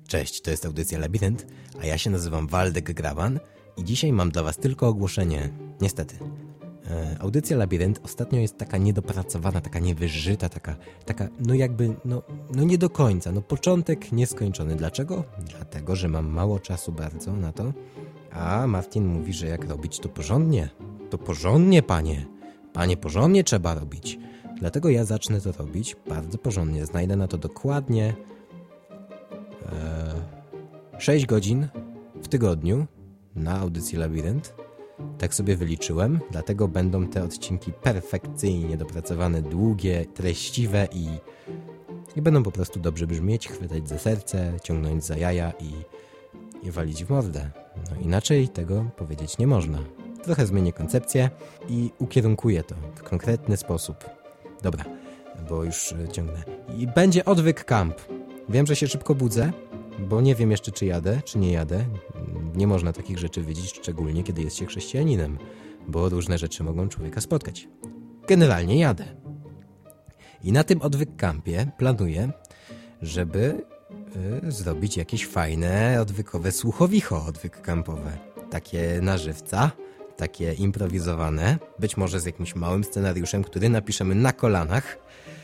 Cześć, to jest audycja Labirynt, a ja się nazywam Waldek Graban i dzisiaj mam dla was tylko ogłoszenie. Niestety. Audycja Labirynt ostatnio jest taka niedopracowana, taka niewyżyta, taka nie do końca. Początek nieskończony. Dlaczego? Dlatego, że mam mało czasu bardzo na to, a Martin mówi, że jak robić to porządnie. To porządnie, panie. Panie, porządnie trzeba robić. Dlatego ja zacznę to robić bardzo porządnie. Znajdę na to dokładnie 6 godzin w tygodniu na audycji Labirynt. Tak sobie wyliczyłem, dlatego będą te odcinki perfekcyjnie dopracowane, długie, treściwe i będą po prostu dobrze brzmieć, chwytać za serce, ciągnąć za jaja i walić w mordę. No inaczej tego powiedzieć nie można. Trochę zmienię koncepcję i ukierunkuję to w konkretny sposób. Dobra, bo już ciągnę. I będzie odwyk camp. Wiem, że się szybko budzę, bo nie wiem jeszcze, czy jadę, czy nie jadę. Nie można takich rzeczy wiedzieć, szczególnie kiedy jest się chrześcijaninem, bo różne rzeczy mogą człowieka spotkać. Generalnie jadę. I na tym odwyk campie planuję, żeby zrobić jakieś fajne, odwykowe słuchowicho odwyk campowe. Takie na żywca, takie improwizowane, być może z jakimś małym scenariuszem, który napiszemy na kolanach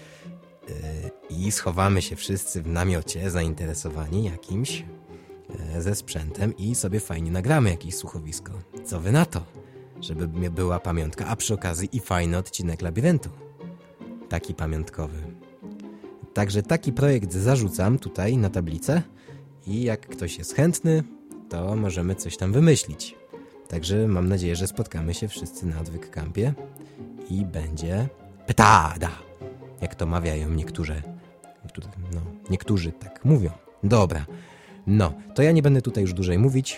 i schowamy się wszyscy w namiocie zainteresowani jakimś ze sprzętem i sobie fajnie nagramy jakieś słuchowisko. Co wy na to? Żeby była pamiątka, a przy okazji i fajny odcinek Labiryntu. Taki pamiątkowy. Także taki projekt zarzucam tutaj na tablicę i jak ktoś jest chętny, to możemy coś tam wymyślić. Także mam nadzieję, że spotkamy się wszyscy na odwyk campie i będzie petarda, jak to mawiają niektórzy tak mówią. Dobra, to ja nie będę tutaj już dłużej mówić.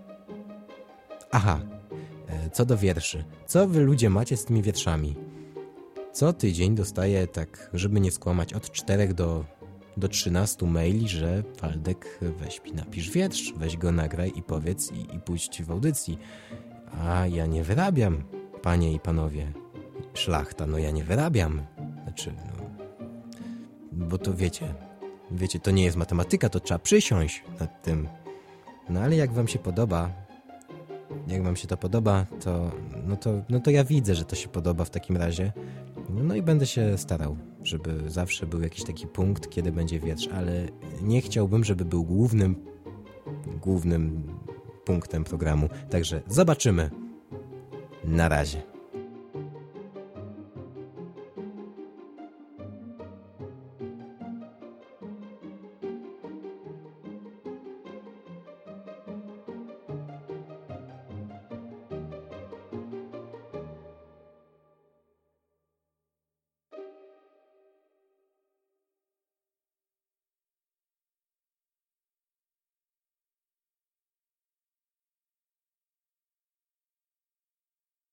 Aha, co do wierszy. Co wy ludzie macie z tymi wierszami? Co tydzień dostaję, tak żeby nie skłamać, od 4 do 13 maili, że Waldek, napisz wiersz, weź go nagraj i powiedz i puść w audycji. A ja nie wyrabiam, panie i panowie. Szlachta, ja nie wyrabiam. Bo to wiecie, to nie jest matematyka, to trzeba przysiąść nad tym. Ale jak wam się podoba, to ja widzę, że to się podoba w takim razie. I będę się starał, żeby zawsze był jakiś taki punkt, kiedy będzie wiersz, ale nie chciałbym, żeby był głównym punktem programu. Także zobaczymy. Na razie.